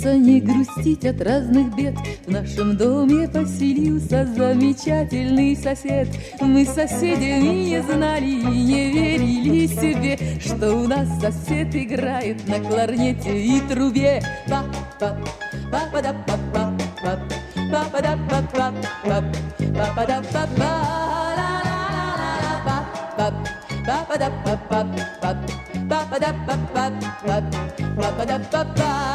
учиться не грустить от разных бед. В нашем доме поселился замечательный сосед. Мы с соседями не знали и не верили себе, что у нас сосед играет на кларнете и трубе. Па-па, па-па-да-па-па, па-па-да-па-па, па-па-да-па-па, ла-ла-ла-ла-ла-ла, па-па-да-па-па, па-па-да-па-па.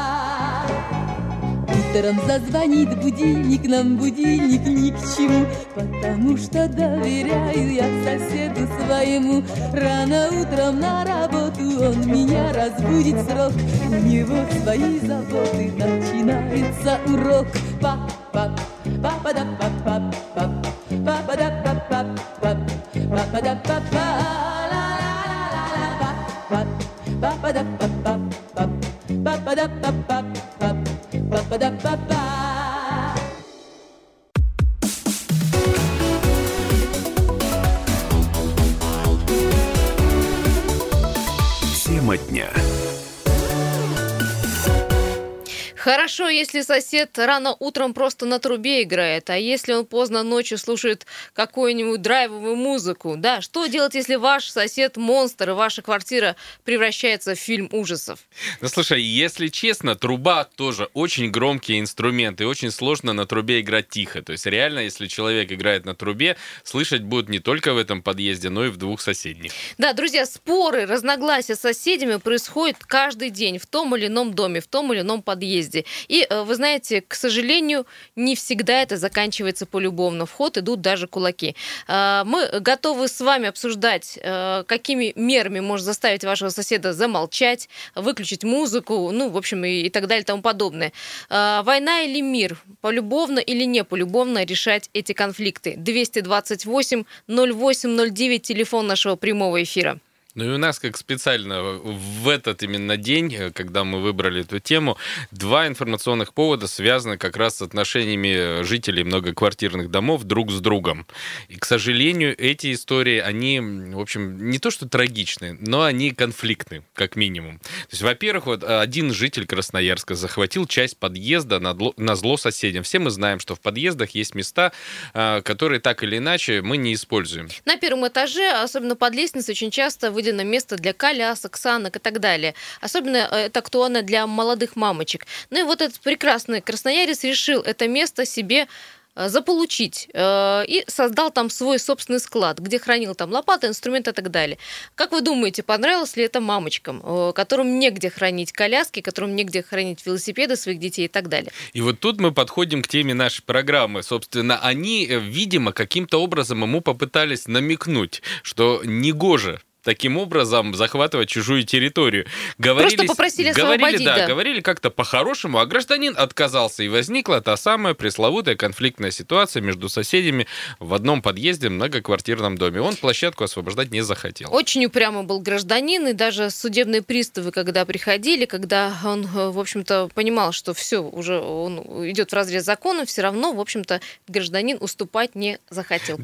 Утром зазвонит будильник, нам будильник ни к чему, потому что доверяю я соседу своему. Рано утром на работу он меня разбудит срок, у него свои заботы, начинается урок. Па-па, па-па-да-па-па, па-па-да-па-па, па-па-да-па-па, ла-ла-ла-ла-ла, па-па-да-па-па, па-па-да-па-па, па-па-да-па-па. Тема дня. Хорошо, если сосед рано утром просто на трубе играет, а если он поздно ночью слушает какую-нибудь драйвовую музыку, да, что делать, если ваш сосед монстр и ваша квартира превращается в фильм ужасов? Ну, слушай, если честно, труба тоже очень громкий инструмент, и очень сложно на трубе играть тихо. То есть реально, если человек играет на трубе, слышать будут не только в этом подъезде, но и в двух соседних. Да, друзья, споры, разногласия с соседями происходят каждый день в том или ином доме, в том или ином подъезде. И, вы знаете, к сожалению, не всегда это заканчивается полюбовно. В ход идут даже кулаки. Мы готовы с вами обсуждать, какими мерами можно заставить вашего соседа замолчать, выключить музыку, ну, в общем, и так далее, и тому подобное. Война или мир? Полюбовно или не полюбовно решать эти конфликты? 228-08-09, телефон нашего прямого эфира. Ну и у нас, как специально в этот именно день, когда мы выбрали эту тему, два информационных повода связаны как раз с отношениями жителей многоквартирных домов друг с другом. И, к сожалению, эти истории, они, в общем, не то что трагичны, но они конфликтны, как минимум. То есть, во-первых, вот один житель Красноярска захватил часть подъезда назло соседям. Все мы знаем, что в подъездах есть места, которые так или иначе мы не используем. На первом этаже, особенно под лестницей, очень часто выделено место для колясок, санок и так далее. Особенно это актуально для молодых мамочек. Ну и вот этот прекрасный красноярец решил это место себе заполучить и создал там свой собственный склад, где хранил там лопаты, инструменты и так далее. Как вы думаете, понравилось ли это мамочкам, которым негде хранить коляски, которым негде хранить велосипеды своих детей и так далее? И вот тут мы подходим к теме нашей программы. Собственно, они, видимо, каким-то образом ему попытались намекнуть, что негоже таким образом захватывать чужую территорию. Просто попросили освободить, да. Говорили как-то по-хорошему, а гражданин отказался, и возникла та самая пресловутая конфликтная ситуация между соседями в одном подъезде в многоквартирном доме. Он площадку освобождать не захотел. Очень упрямый был гражданин, и даже судебные приставы, когда приходили, когда он, в общем-то, понимал, что все, уже он идет вразрез закона, все равно, в общем-то, гражданин уступать не захотел.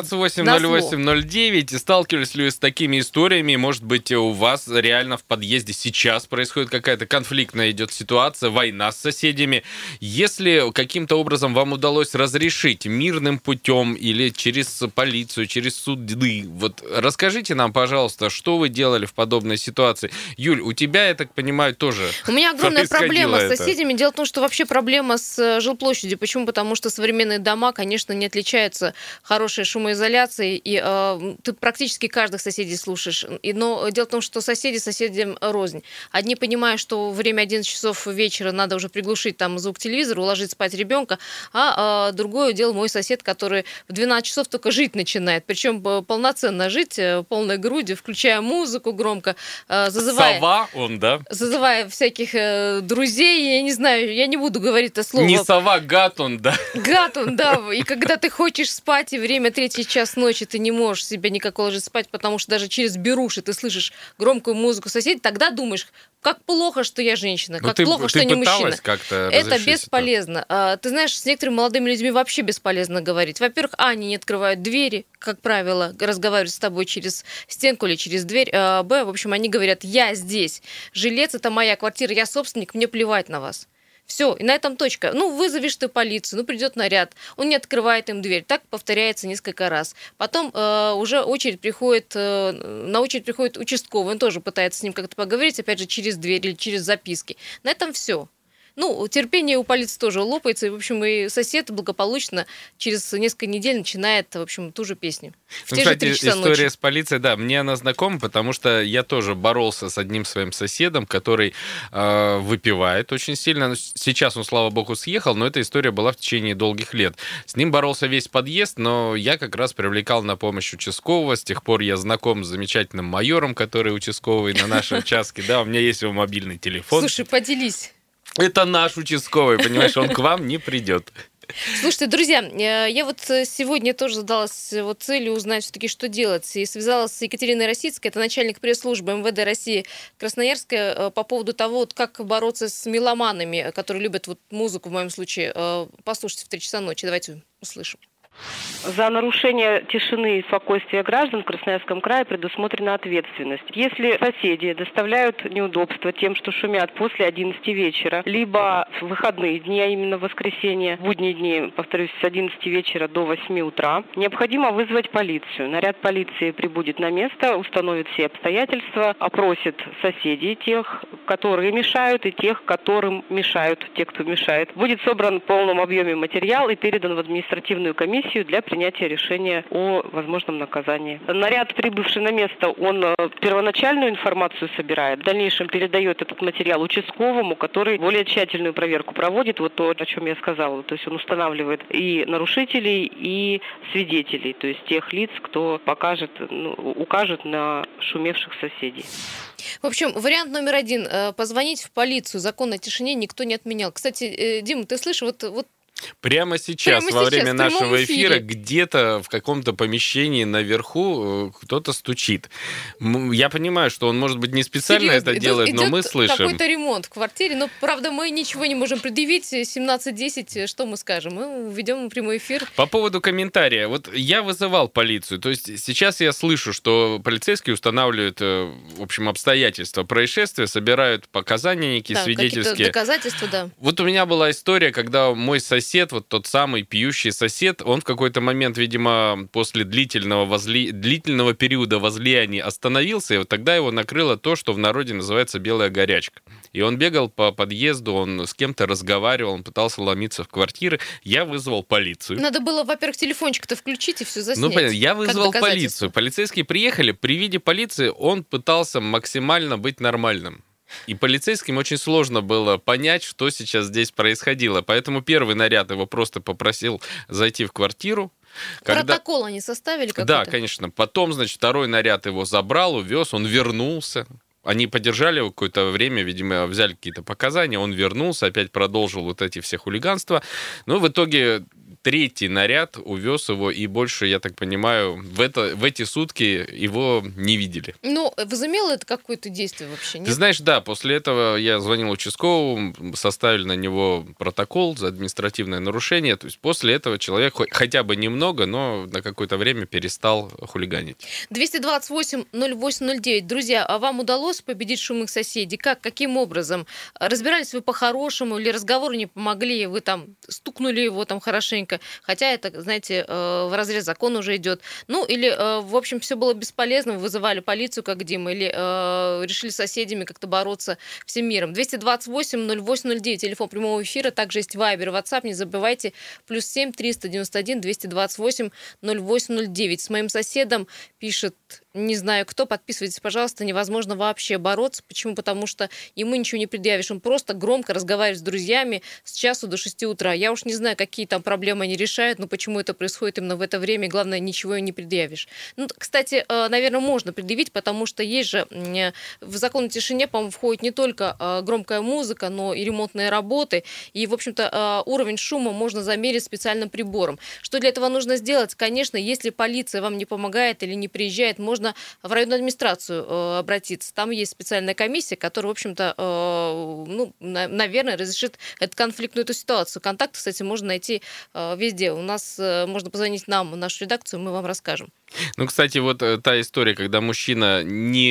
228-08-09. Сталкивались ли вы с такими историями? Может быть, у вас реально в подъезде сейчас происходит какая-то конфликтная идет ситуация, война с соседями. Если каким-то образом вам удалось разрешить мирным путем или через полицию, через суды, вот расскажите нам, пожалуйста, что вы делали в подобной ситуации. Юль, у тебя, я так понимаю, тоже у меня огромная проблема это. с соседями. Дело в том, что вообще проблема с жилплощадью. Почему? Потому что современные дома, конечно, не отличаются хорошей шумоизоляцией, и ты практически каждых соседей слушаешь. Но дело в том, что соседи соседям рознь. Одни понимают, что время 11 часов вечера надо уже приглушить там звук телевизора, уложить спать ребенка, а другое дело мой сосед, который в 12 часов только жить начинает. Причем полноценно жить, полной грудью, включая музыку громко, зазывая... Сова он, да? Зазывая всяких друзей, я не знаю, я не буду говорить это слово. Не сова, гад он, да? Гад он, да. И когда ты хочешь спать, и время 3 час ночи, ты не можешь себя никак уложить спать, потому что даже через беруши ты слышишь громкую музыку соседей, тогда думаешь, как плохо, что я женщина, как плохо, что не мужчина. Это бесполезно. Ты знаешь, с некоторыми молодыми людьми вообще бесполезно говорить. Во-первых, они не открывают двери, как правило, разговаривают с тобой через стенку или через дверь. В общем, они говорят, я здесь, жилец, это моя квартира, я собственник, мне плевать на вас. Все, и на этом точка. Ну, вызовешь ты полицию, ну, придет наряд, он не открывает им дверь. Так повторяется несколько раз. Потом уже на очередь приходит участковый, он тоже пытается с ним как-то поговорить, опять же, через дверь или через записки. На этом все. Ну, терпение у полиции тоже лопается, и, в общем, и сосед благополучно через несколько недель начинает, в общем, ту же песню. В те же 3 часа ночи. История с полицией, да, мне она знакома, потому что я тоже боролся с одним своим соседом, который выпивает очень сильно. Сейчас он, слава богу, съехал, но эта история была в течение долгих лет. С ним боролся весь подъезд, но я как раз привлекал на помощь участкового. С тех пор я знаком с замечательным майором, который участковый на нашем участке. Да, у меня есть его мобильный телефон. Слушай, поделись. Это наш участковый, понимаешь, он к вам не придет. Слушайте, друзья, я вот сегодня тоже задалась вот целью узнать все-таки, что делать. И связалась с Екатериной Росицкой, это начальник пресс-службы МВД России Красноярска, по поводу того, вот как бороться с меломанами, которые любят вот музыку, в моем случае, послушать в 3 часа ночи. Давайте услышим. За нарушение тишины и спокойствия граждан в Красноярском крае предусмотрена ответственность. Если соседи доставляют неудобства тем, что шумят после 11 вечера, либо в выходные дни, а именно в воскресенье, в будние дни, повторюсь, с 11 вечера до 8 утра, необходимо вызвать полицию. Наряд полиции прибудет на место, установит все обстоятельства, опросит соседей, тех, которые мешают, и тех, которым мешают, те, кто мешает. Будет собран в полном объеме материал и передан в административную комиссию для принятия решения о возможном наказании. Наряд, прибывший на место, он первоначальную информацию собирает, в дальнейшем передает этот материал участковому, который более тщательную проверку проводит, вот то, о чем я сказала. То есть он устанавливает и нарушителей, и свидетелей, то есть тех лиц, кто укажет на шумевших соседей. В общем, вариант номер 1 – позвонить в полицию. Закон о тишине никто не отменял. Кстати, Дима, ты слышишь, вот Прямо сейчас, во время нашего эфира, где-то в каком-то помещении наверху кто-то стучит. Я понимаю, что он, может быть, не специально это делает, но мы слышим. Какой-то ремонт в квартире, но, правда, мы ничего не можем предъявить. 17:10, что мы скажем? Мы ведем прямой эфир. По поводу комментария. Вот я вызывал полицию. То есть сейчас я слышу, что полицейские устанавливают, в общем, обстоятельства происшествия, собирают показания некие, да, свидетельские. Доказательства, да. Вот у меня была история, когда мой сосед, вот тот самый пьющий сосед, он в какой-то момент, видимо, после длительного периода возлияний остановился, и вот тогда его накрыло то, что в народе называется белая горячка. И он бегал по подъезду, он с кем-то разговаривал, он пытался ломиться в квартиры. Я вызвал полицию. Надо было, во-первых, телефончик-то включить и все заснять. Ну, понятно, я вызвал полицию. Полицейские приехали. При виде полиции он пытался максимально быть нормальным. И полицейским очень сложно было понять, что сейчас здесь происходило. Поэтому первый наряд его просто попросил зайти в квартиру. Протокол они составили какой-то? Да, конечно. Потом, значит, второй наряд его забрал, увез, он вернулся. Они подержали его какое-то время, видимо, взяли какие-то показания, он вернулся, опять продолжил вот эти все хулиганства. Но в итоге третий наряд увез его, и больше, я так понимаю, в эти сутки его не видели. Ну, возымело это какое-то действие вообще? Нет? Ты знаешь, да, после этого я звонил участковому, составили на него протокол за административное нарушение. То есть после этого человек хотя бы немного, но на какое-то время перестал хулиганить. 228-08-09. Друзья, а вам удалось победить шумных соседей? Как? Каким образом? Разбирались вы по-хорошему или разговоры не помогли? Вы там стукнули его там хорошенько? Хотя это, знаете, в разрез закона уже идет. Ну, или, в общем, все было бесполезно, вы вызывали полицию, как Дима, или решили с соседями как-то бороться всем миром. 228-08-09, телефон прямого эфира, также есть Вайбер, WhatsApp, не забывайте, +7 391 228 0809. С моим соседом пишет, не знаю кто, подписывайтесь, пожалуйста, невозможно вообще бороться. Почему? Потому что ему ничего не предъявишь. Он просто громко разговаривает с друзьями с часу до 6 утра. Я уж не знаю, какие там проблемы они решают, но почему это происходит именно в это время, главное, ничего и не предъявишь. Ну, кстати, наверное, можно предъявить, потому что есть же в закон о тишине, по-моему, входит не только громкая музыка, но и ремонтные работы. И, в общем-то, уровень шума можно замерить специальным прибором. Что для этого нужно сделать? Конечно, если полиция вам не помогает или не приезжает, можно в районную администрацию обратиться. Там есть специальная комиссия, которая, в общем-то, наверное, разрешит эту конфликтную ситуацию. Контакты, кстати, можно найти везде. У нас можно позвонить нам, в нашу редакцию, мы вам расскажем. Ну, кстати, вот та история, когда мужчина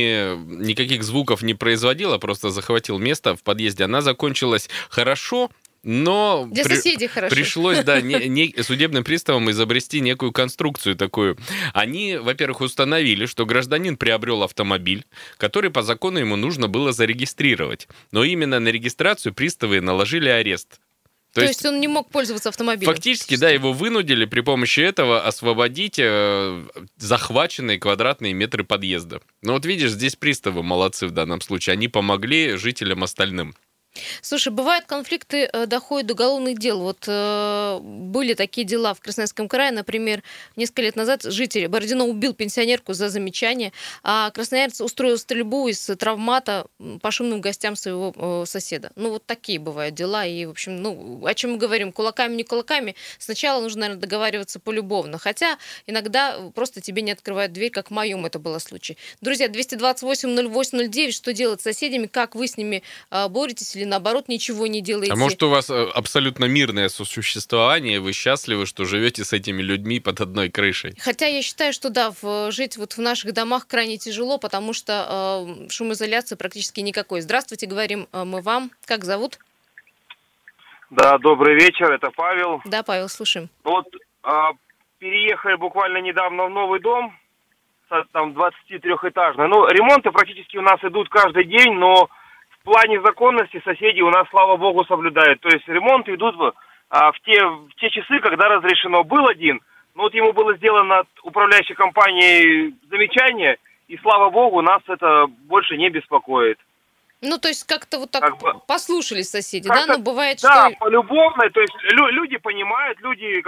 никаких звуков не производил, а просто захватил место в подъезде, она закончилась хорошо, Но Для соседей хорошо. пришлось, судебным приставам изобрести некую конструкцию такую. Они, во-первых, установили, что гражданин приобрел автомобиль, который по закону ему нужно было зарегистрировать. Но именно на регистрацию приставы наложили арест. То есть он не мог пользоваться автомобилем? Фактически, да, его вынудили при помощи этого освободить захваченные квадратные метры подъезда. Но вот видишь, здесь приставы молодцы в данном случае. Они помогли жителям остальным. Слушай, бывают конфликты, доходят до уголовных дел. Вот были такие дела в Красноярском крае, например, несколько лет назад житель Бородино убил пенсионерку за замечание, а красноярец устроил стрельбу из травмата по шумным гостям своего соседа. Ну, вот такие бывают дела. И, в общем, о чем мы говорим, кулаками, не кулаками, сначала нужно, наверное, договариваться полюбовно. Хотя иногда просто тебе не открывают дверь, как в моем это было случай. Друзья, 228-08-09, что делать с соседями, как вы с ними боретесь или наоборот ничего не делаете. А может, у вас абсолютно мирное сосуществование, вы счастливы, что живете с этими людьми под одной крышей? Хотя я считаю, что да, жить вот в наших домах крайне тяжело, потому что шумоизоляции практически никакой. Здравствуйте, говорим мы вам. Как зовут? Да, добрый вечер, это Павел. Да, Павел, слушаем. Вот переехали буквально недавно в новый дом, там 23-этажный. Ну, ремонты практически у нас идут каждый день, но в плане законности соседи у нас, слава богу, соблюдают. То есть ремонты идут в те часы, когда разрешено. Был один, но вот ему было сделано от управляющей компании замечание, и, слава богу, нас это больше не беспокоит. Ну, то есть как-то вот так послушались соседи, да? Но бывает, да, что... полюбовно, то есть люди понимают, люди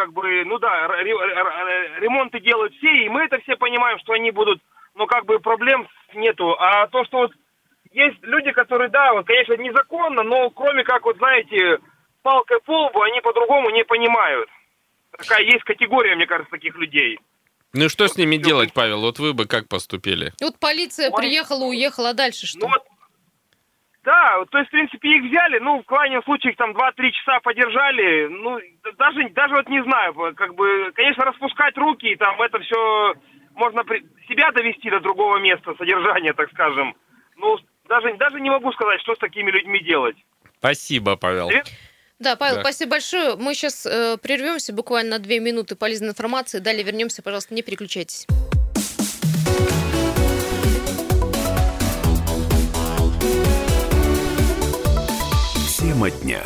ремонты делают все, и мы это все понимаем, что они будут, проблем нету. А то, что вот есть люди, которые, конечно, незаконно, но кроме как, палкой по лбу, они по-другому не понимают. Такая есть категория, мне кажется, таких людей. Ну и что с ними делать, Павел? Вот вы бы как поступили? Вот полиция приехала, уехала, а дальше что? Да, то есть, в принципе, их взяли, в крайнем случае, их там 2-3 часа подержали, даже вот не знаю, конечно, распускать руки, там, это все, можно себя довести до другого места содержания, так скажем, даже не могу сказать, что с такими людьми делать. Спасибо, Павел. Да, Павел, спасибо большое. Мы сейчас прервемся буквально на 2 минуты полезной информации, далее вернемся, пожалуйста, не переключайтесь. Тема дня.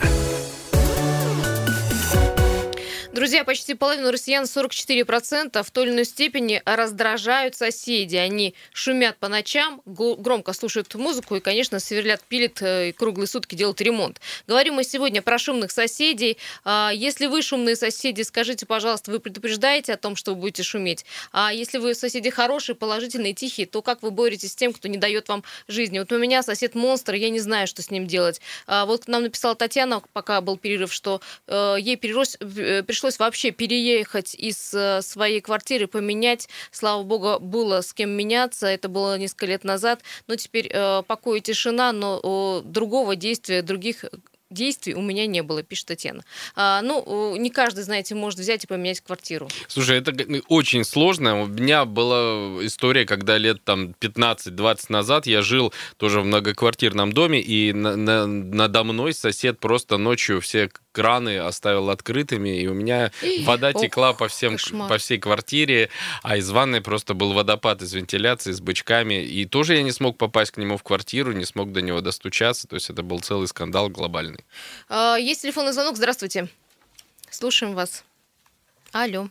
Друзья, почти половину россиян, 44%, в той или иной степени раздражают соседи. Они шумят по ночам, громко слушают музыку и, конечно, сверлят, пилят и круглые сутки делают ремонт. Говорим мы сегодня про шумных соседей. Если вы шумные соседи, скажите, пожалуйста, вы предупреждаете о том, что вы будете шуметь? А если вы соседи хорошие, положительные, тихие, то как вы боретесь с тем, кто не дает вам жизни? Вот у меня сосед монстр, я не знаю, что с ним делать. Вот нам написала Татьяна, пока был перерыв, что ей пришлось вообще переехать из своей квартиры, поменять. Слава богу, было с кем меняться. Это было несколько лет назад. Но теперь покой и тишина, но других действий у меня не было, пишет Татьяна. Не каждый, знаете, может взять и поменять квартиру. Слушай, это очень сложно. У меня была история, когда лет 15-20 назад я жил тоже в многоквартирном доме, и надо мной сосед просто ночью все краны оставил открытыми, и у меня вода текла по всей квартире, а из ванной просто был водопад из вентиляции с бычками, и тоже я не смог попасть к нему в квартиру, не смог до него достучаться, то есть это был целый скандал глобальный. Есть телефонный звонок, здравствуйте. Слушаем вас. Алло.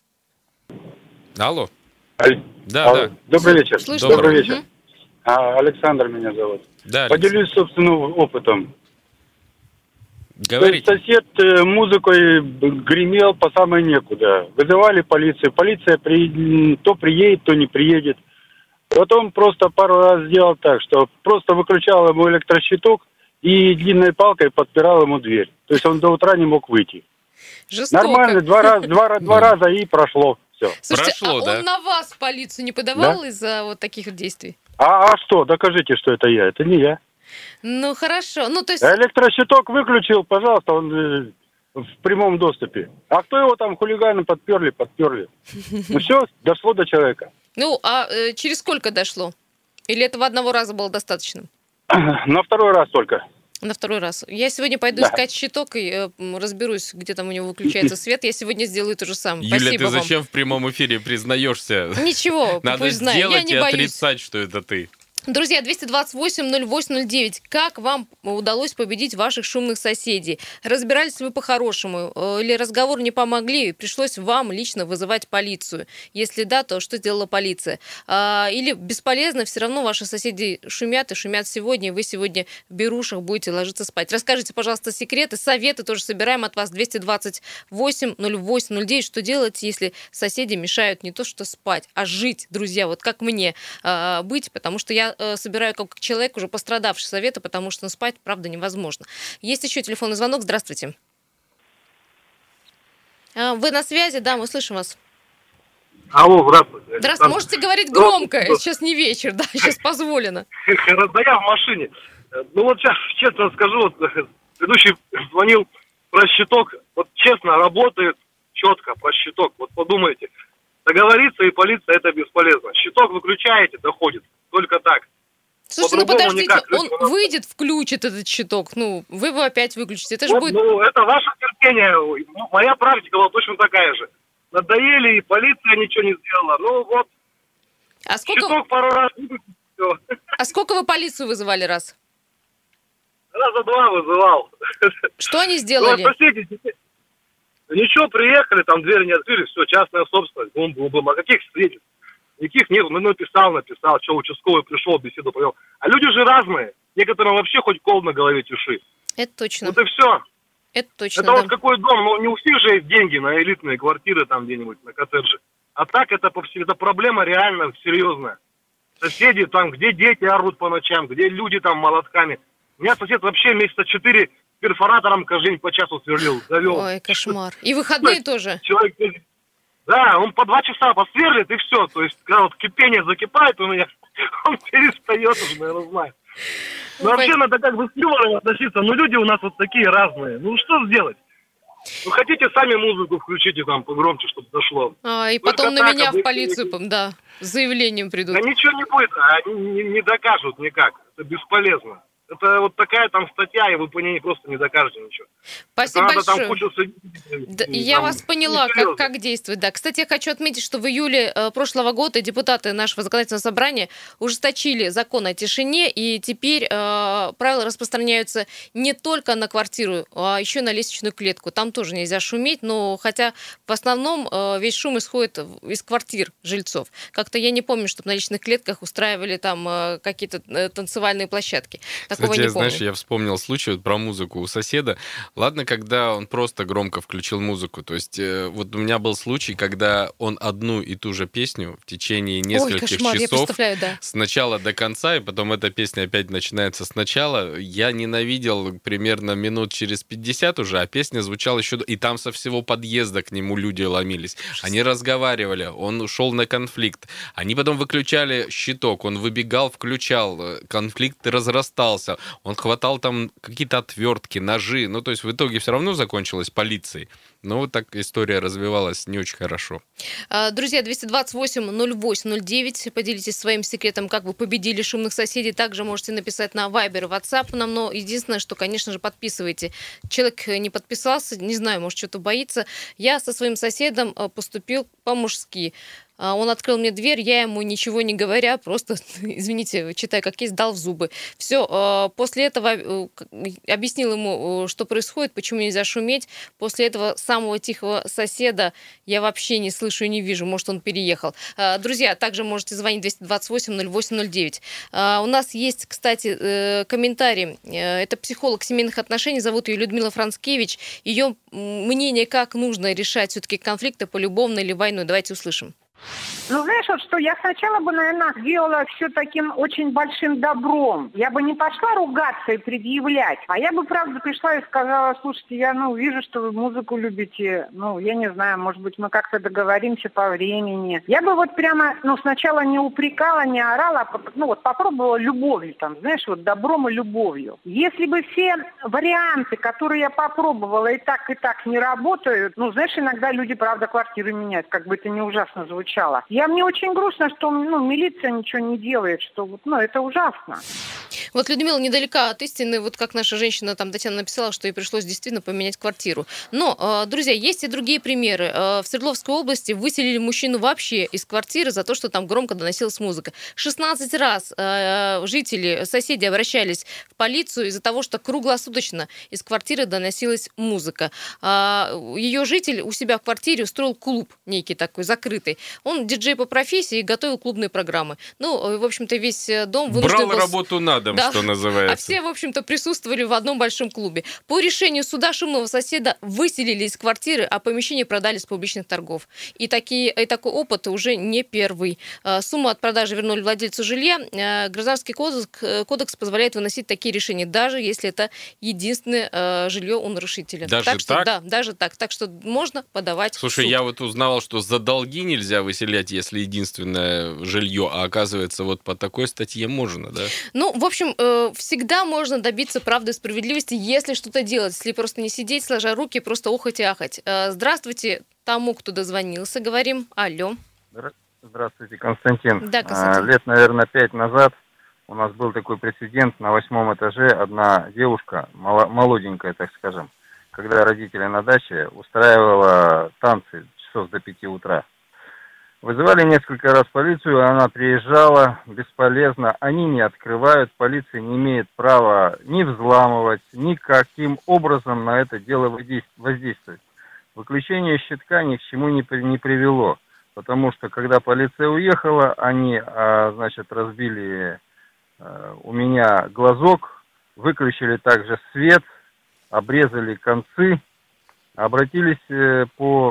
Алло. Да. Добрый вечер. Слышно? Добрый вечер. Александр меня зовут. Да, поделюсь собственным опытом. Говорите. То есть сосед музыкой гремел по самой некуда. Вызывали полицию. Полиция то приедет, то не приедет. Вот он просто пару раз сделал так, что просто выключал ему электрощиток и длинной палкой подпирал ему дверь. То есть он до утра не мог выйти. Жестоко. Нормально, два раза и прошло. Все. Слушайте, прошло, да? Он на вас в полицию не подавал из-за вот таких вот действий? А что? Докажите, что это я. Это не я. Ну, хорошо. То есть... Электрощиток выключил, пожалуйста, он в прямом доступе. А кто его там, хулиганы, подперли? Ну все, дошло до человека. Через сколько дошло? Или этого одного раза было достаточно? На второй раз только. На второй раз. Я сегодня пойду искать щиток и разберусь, где там у него выключается свет. Я сегодня сделаю то же самое. Юля, Спасибо ты вам. зачем в прямом эфире признаешься? Ничего, Надо пусть знает. Я сделать не и боюсь. отрицать, что это ты. Друзья, 228-08-09. Как вам удалось победить ваших шумных соседей? Разбирались вы по-хорошему? Или разговоры не помогли? Пришлось вам лично вызывать полицию? Если да, то что сделала полиция? Или бесполезно, все равно ваши соседи шумят и шумят сегодня, и вы сегодня в берушах будете ложиться спать? Расскажите, пожалуйста, секреты, советы тоже собираем от вас. 228-08-09. Что делать, если соседи мешают не то что спать, а жить, друзья? Вот как мне быть, потому что я собираю как человек, уже пострадавший, советы, потому что спать, правда, невозможно. Есть еще телефонный звонок. Здравствуйте. Вы на связи? Да, мы слышим вас. Алло, здравствуйте. Здравствуйте. Можете говорить громко. Сейчас не вечер, да, сейчас позволено. Да я в машине. Ну вот сейчас, честно скажу, вот ведущий звонил про щиток. Вот честно, работает четко про щиток. Вот подумайте. Договориться и полиция это бесполезно. Щиток выключаете, доходит. Только так. Слушайте, ну подождите, никак. он выйдет, включит этот щиток, ну, вы его опять выключите, это же Вот, будет... Ну, это ваше терпение. Моя практика была точно такая же. Надоели, и полиция ничего не сделала. Ну вот, щиток пару раз выключить, все. А сколько вы полицию вызывали раз? Раза два вызывал. Что они сделали? Ну, соседи, ничего, приехали, там двери не открыли, все, частная собственность, бум-бум-бум. А каких свидетельств? Никаких нет, ну написал, что участковый пришел, беседу провел. А люди же разные. Некоторым вообще хоть кол на голове тиши. Это точно. Вот и все. Это точно, Это да. вот какой дом, ну не у всех же есть деньги на элитные квартиры там где-нибудь, на коттедже. А так это проблема реально серьезная. Соседи там, где дети орут по ночам, где люди там молотками. У меня сосед вообще месяца 4 перфоратором каждый день по часу сверлил, завел. Ой, кошмар. И выходные тоже? Человек... Да, он по 2 часа посверлит, и все. То есть, когда вот кипение закипает у меня, он перестает уже, наверное, знает. Ну, вообще надо как бы с юмором относиться. Ну, люди у нас вот такие разные. Ну, что сделать? Ну, хотите, сами музыку включите там погромче, чтобы дошло. И потом на меня в полицию, да, с заявлением придут. Да ничего не будет, они не докажут никак. Это бесполезно. Это вот такая там статья, и вы по ней просто не докажете ничего. Спасибо большое. Там кучу... Да, я вас поняла, как действовать. Да. Кстати, я хочу отметить, что в июле прошлого года депутаты нашего законодательного собрания ужесточили закон о тишине, и теперь правила распространяются не только на квартиру, а еще на лестничную клетку. Там тоже нельзя шуметь, но хотя в основном весь шум исходит из квартир жильцов. Как-то я не помню, чтобы на личных клетках устраивали там какие-то танцевальные площадки. Кстати, знаешь, я вспомнил случай вот про музыку у соседа. Ладно, когда он просто громко включил музыку. То есть вот у меня был случай, когда он одну и ту же песню в течение нескольких часов с начала до конца, и потом эта песня опять начинается сначала. Я ненавидел примерно минут через 50 уже, а песня звучала еще... И там со всего подъезда к нему люди ломились. Они разговаривали, он ушел на конфликт. Они потом выключали щиток, он выбегал, включал. Конфликт разрастался. Он хватал там какие-то отвертки, ножи. Ну, то есть в итоге все равно закончилось полицией. Но вот так история развивалась не очень хорошо. Друзья, 228-08-09. Поделитесь своим секретом, как вы победили шумных соседей. Также можете написать на Viber и WhatsApp нам. Но единственное, что, конечно же, подписывайте. Человек не подписался, не знаю, может, что-то боится. Я со своим соседом поступил по-мужски. Он открыл мне дверь, я ему ничего не говоря, просто, извините, читаю как есть, дал в зубы. Все, после этого объяснил ему, что происходит, почему нельзя шуметь. После этого самого тихого соседа я вообще не слышу и не вижу, может, он переехал. Друзья, также можете звонить 228-08-09. У нас есть, кстати, комментарий. Это психолог семейных отношений, зовут ее Людмила Францкевич. Ее мнение, как нужно решать все-таки конфликты, полюбовно или войну. Давайте услышим. Ну, знаешь, вот что, я сначала бы, наверное, сделала все таким очень большим добром. Я бы не пошла ругаться и предъявлять, а я бы, правда, пришла и сказала: слушайте, я, вижу, что вы музыку любите, я не знаю, может быть, мы как-то договоримся по времени. Я бы вот прямо, сначала не упрекала, не орала, а попробовала любовью, знаешь, вот добром и любовью. Если бы все варианты, которые я попробовала, и так не работают, знаешь, иногда люди, правда, квартиры меняют, как бы это не ужасно звучало. Мне очень грустно, что милиция ничего не делает, что это ужасно. Вот, Людмила, недалека от истины, вот как наша женщина, там, Татьяна написала, что ей пришлось действительно поменять квартиру. Но, друзья, есть и другие примеры. В Свердловской области выселили мужчину вообще из квартиры за то, что там громко доносилась музыка. 16 раз жители, соседи обращались в полицию из-за того, что круглосуточно из квартиры доносилась музыка. Ее житель у себя в квартире устроил клуб некий такой, закрытый. Он диджей по профессии и готовил клубные программы. Ну, в общем-то, весь дом вынужден Брал работу на дом, да, что называется. А все, в общем-то, присутствовали в одном большом клубе. По решению суда шумного соседа выселили из квартиры, а помещение продали с публичных торгов. И такой опыт уже не первый. Сумму от продажи вернули владельцу жилья. Гражданский кодекс позволяет выносить такие решения, даже если это единственное жилье у нарушителя. Даже так? Что, так? да, даже так. Так что можно подавать в Слушай, суд. я вот узнавал, что за долги нельзя выселять, если единственное жилье, а оказывается, вот по такой статье можно, да? Ну, в общем, всегда можно добиться правды и справедливости, если что-то делать, если просто не сидеть, сложа руки, просто охать и ахать. Здравствуйте тому, кто дозвонился, говорим. Алло. Здравствуйте, Константин. Да, Константин. Лет, наверное, 5 назад у нас был такой прецедент. На 8 этаже одна девушка, молоденькая, так скажем, когда родители на даче, устраивала танцы часов до 5 утра. Вызывали несколько раз полицию, она приезжала, бесполезно. Они не открывают, полиция не имеет права ни взламывать, никаким образом на это дело воздействовать. Выключение щитка ни к чему не привело, потому что когда полиция уехала, они, значит, разбили у меня глазок, выключили также свет, обрезали концы, обратились по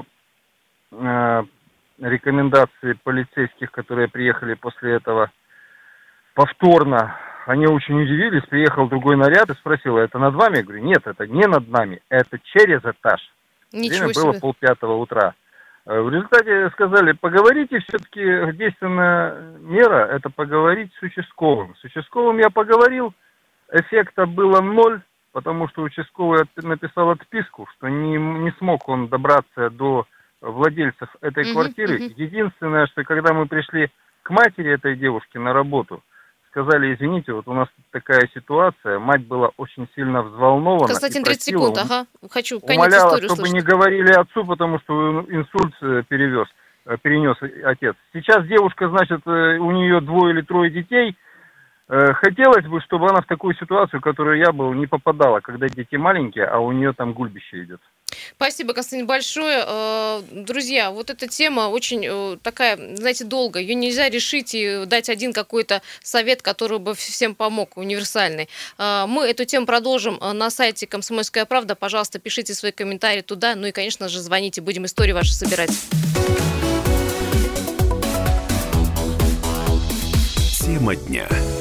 рекомендации полицейских, которые приехали после этого повторно. Они очень удивились, приехал другой наряд и спросил, это над вами? Я говорю, нет, это не над нами, это через этаж. Ничего Время было себе. 4:30 утра. В результате сказали, поговорите, все-таки действенная мера, это поговорить с участковым. С участковым я поговорил, эффекта было 0, потому что участковый написал отписку, что не смог он добраться до владельцев этой квартиры. Единственное, что когда мы пришли к матери этой девушки на работу, сказали, извините, вот у нас такая ситуация, мать была очень сильно взволнована. Константин, 30 секунд, ага. Хочу конец умоляла, истории чтобы услышать. не говорили отцу, потому что инсульт перенес отец. Сейчас девушка, значит, у нее 2 или 3 детей. Хотелось бы, чтобы она в такую ситуацию, в которой я был, не попадала, когда дети маленькие, а у нее там гульбище идет. Спасибо, Константин, большое. Друзья, вот эта тема очень такая, знаете, долгая. Ее нельзя решить и дать один какой-то совет, который бы всем помог, универсальный. Мы эту тему продолжим на сайте «Комсомольская правда». Пожалуйста, пишите свои комментарии туда. Ну и, конечно же, звоните, будем истории ваши собирать. Тема дня.